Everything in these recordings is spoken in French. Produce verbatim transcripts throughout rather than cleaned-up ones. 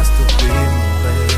stopper mon rêve,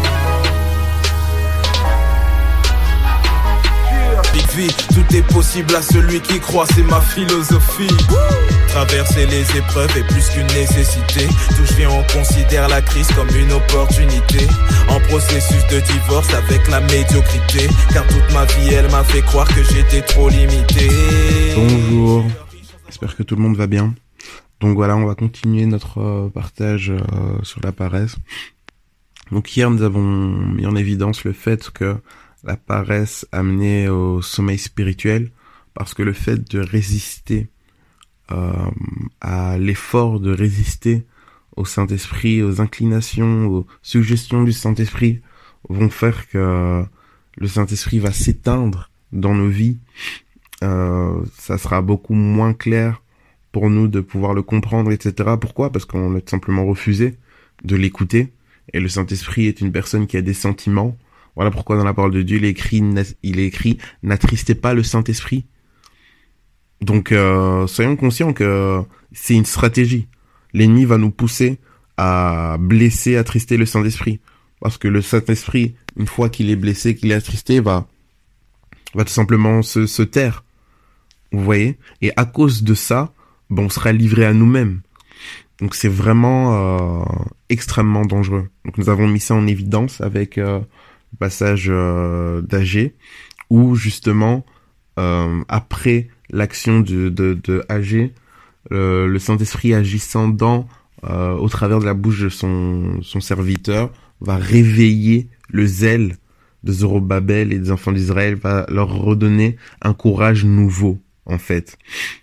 non. Big V, tout est possible à celui qui croit, c'est ma philosophie. Traverser les épreuves est plus qu'une nécessité. D'où je viens, on considère la crise comme une opportunité. En processus de divorce avec la médiocrité, car toute ma vie elle m'a fait croire que j'étais trop limité. Bonjour, j'espère que tout le monde va bien. Donc voilà, on va continuer notre euh, partage euh, sur la paresse. Donc hier, nous avons mis en évidence le fait que la paresse amenait au sommeil spirituel, parce que le fait de résister euh, à l'effort de résister au Saint-Esprit, aux inclinations, aux suggestions du Saint-Esprit, vont faire que le Saint-Esprit va s'éteindre dans nos vies. Euh, ça sera beaucoup moins clair pour nous de pouvoir le comprendre, et cetera. Pourquoi ? Parce qu'on a tout simplement refusé de l'écouter. Et le Saint-Esprit est une personne qui a des sentiments. Voilà pourquoi dans la parole de Dieu, il est écrit, il est écrit, n'attristez pas le Saint-Esprit. Donc, euh, soyons conscients que c'est une stratégie. L'ennemi va nous pousser à blesser, attrister le Saint-Esprit. Parce que le Saint-Esprit, une fois qu'il est blessé, qu'il est attristé, va, va tout simplement se, se taire. Vous voyez ? Et à cause de ça, bon, on sera livré à nous-mêmes. Donc c'est vraiment euh, extrêmement dangereux. Donc nous avons mis ça en évidence avec euh, le passage euh, d'Agé, où justement, euh, après l'action de, de, de Agé, euh, le Saint-Esprit agissant dans, euh, au travers de la bouche de son, son serviteur, va réveiller le zèle de Zorobabel et des enfants d'Israël, va leur redonner un courage nouveau, en fait.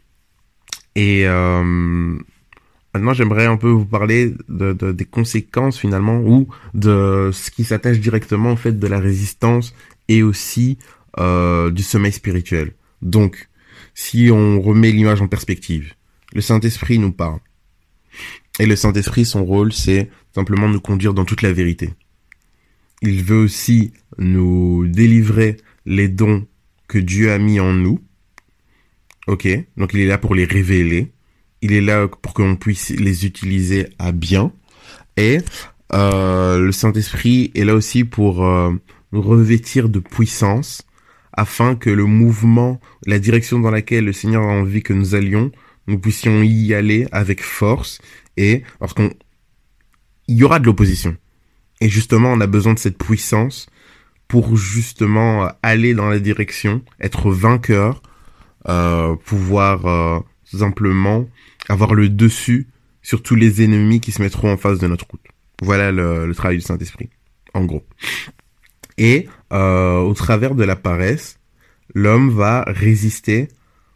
Et euh, maintenant, j'aimerais un peu vous parler de, de, des conséquences, finalement, ou de ce qui s'attache directement, en fait, de la résistance et aussi euh, du sommeil spirituel. Donc, si on remet l'image en perspective, le Saint-Esprit nous parle. Et le Saint-Esprit, son rôle, c'est simplement nous conduire dans toute la vérité. Il veut aussi nous délivrer les dons que Dieu a mis en nous. Ok, donc il est là pour les révéler. Il est là pour qu'on puisse les utiliser à bien. Et euh, le Saint-Esprit est là aussi pour euh, nous revêtir de puissance, afin que le mouvement, la direction dans laquelle le Seigneur a envie que nous allions, nous puissions y aller avec force. Et parce qu'on, il y aura de l'opposition. Et justement, on a besoin de cette puissance pour justement aller dans la direction, être vainqueur, euh, pouvoir euh, tout simplement avoir le dessus sur tous les ennemis qui se mettront en face de notre route. Voilà le, le travail du Saint-Esprit, en gros. Et euh, au travers de la paresse, l'homme va résister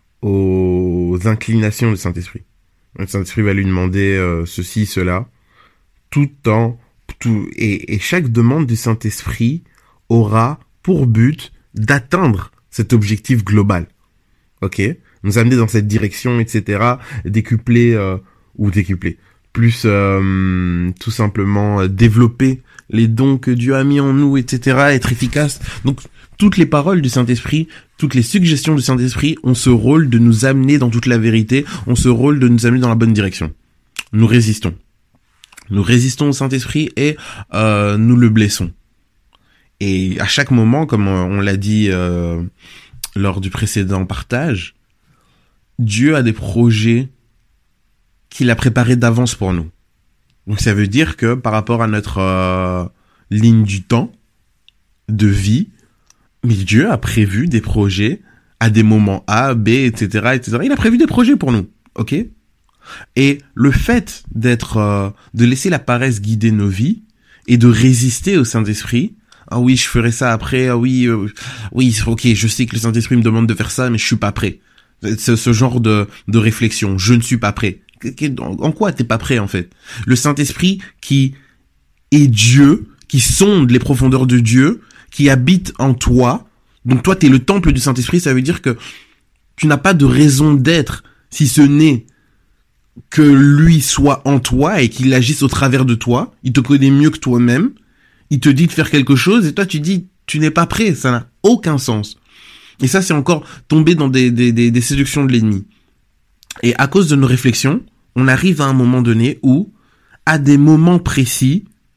aux inclinations du Saint-Esprit. Le Saint-Esprit va lui demander euh, ceci, cela, tout en tout et, et chaque demande du Saint-Esprit aura pour but d'atteindre cet objectif global. Ok, nous amener dans cette direction, et cetera. Décupler euh, ou décupler, plus euh, tout simplement euh, développer les dons que Dieu a mis en nous, et cetera. Être efficace. Donc toutes les paroles du Saint-Esprit, toutes les suggestions du Saint-Esprit ont ce rôle de nous amener dans toute la vérité, ont ce rôle de nous amener dans la bonne direction. Nous résistons. Nous résistons au Saint-Esprit et euh, nous le blessons. Et à chaque moment, comme on l'a dit euh, lors du précédent partage, Dieu a des projets qu'il a préparés d'avance pour nous. Donc ça veut dire que par rapport à notre euh, ligne du temps, de vie, mais Dieu a prévu des projets à des moments A, B, et cetera, et cetera. Il a prévu des projets pour nous, ok ? Et le fait d'être, euh, de laisser la paresse guider nos vies et de résister au Saint-Esprit. Ah oui, je ferai ça après. Ah oui, euh, oui, ok, je sais que le Saint-Esprit me demande de faire ça, mais je suis pas prêt. Ce, ce genre de, de réflexion, je ne suis pas prêt. En quoi t'es pas prêt en fait ? Le Saint-Esprit qui est Dieu, qui sonde les profondeurs de Dieu, qui habite en toi. Donc toi, t'es le temple du Saint-Esprit. Ça veut dire que tu n'as pas de raison d'être si ce n'est que lui soit en toi et qu'il agisse au travers de toi. Il te connaît mieux que toi-même. Il te dit de faire quelque chose et toi tu dis tu n'es pas prêt. Ça n'a aucun sens. Et ça, c'est encore tomber dans des, des, des, des séductions de l'ennemi. Et à cause de nos réflexions, on arrive à un moment donné où, à des moments précis,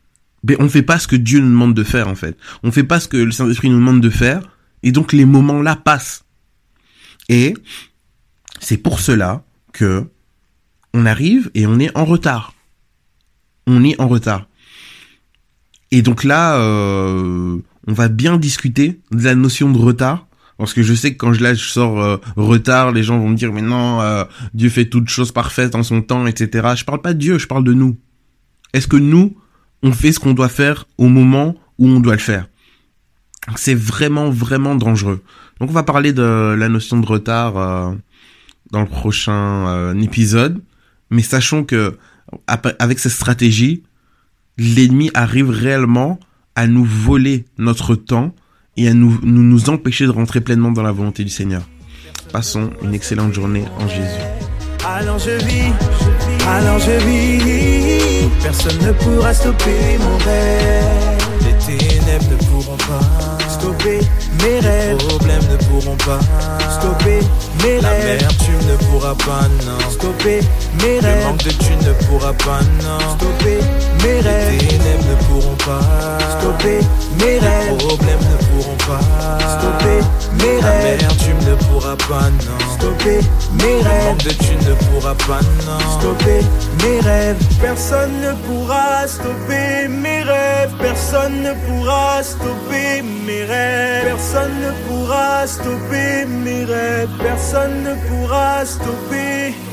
ben on fait pas ce que Dieu nous demande de faire en fait. On fait pas ce que le Saint-Esprit nous demande de faire, et donc les moments là passent. Et c'est pour cela que on arrive et on est en retard. On est en retard. Et donc là, euh, on va bien discuter de la notion de retard. Parce que je sais que quand je, là, je sors euh, retard, les gens vont me dire « Mais non, euh, Dieu fait toutes choses parfaites en son temps, et cetera » Je parle pas de Dieu, je parle de nous. Est-ce que nous, on fait ce qu'on doit faire au moment où on doit le faire? C'est vraiment, vraiment dangereux. Donc on va parler de la notion de retard euh, dans le prochain euh, épisode. Mais sachons que avec cette stratégie, l'ennemi arrive réellement à nous voler notre temps et à nous, nous nous empêcher de rentrer pleinement dans la volonté du Seigneur. Passons une excellente journée en Jésus. Alors je vis, alors je vis, personne ne pourra stopper mon rêve. Les ténèbres ne pourront pas stopper mes rêves. Les problèmes ne pourront pas stopper mes rêves. L'amertume ne pourra pas, non, stopper mes rêves. Le manque de thunes ne pourra pas, non, stopper mes rêves. Les ténèbres ne pourront pas stopper mes rêves. Les problèmes ne pourront pas stopper mes rêves. L'amertume ne pourra pas, non, stopper mes rêves. Le manque de thunes ne pourra pas, non, stopper mes rêves. Personne ne pourra stopper mes rêves. Personne ne pourra stopper mes rêves. Personne ne pourra stopper mes rêves. Personne ne pourra stopper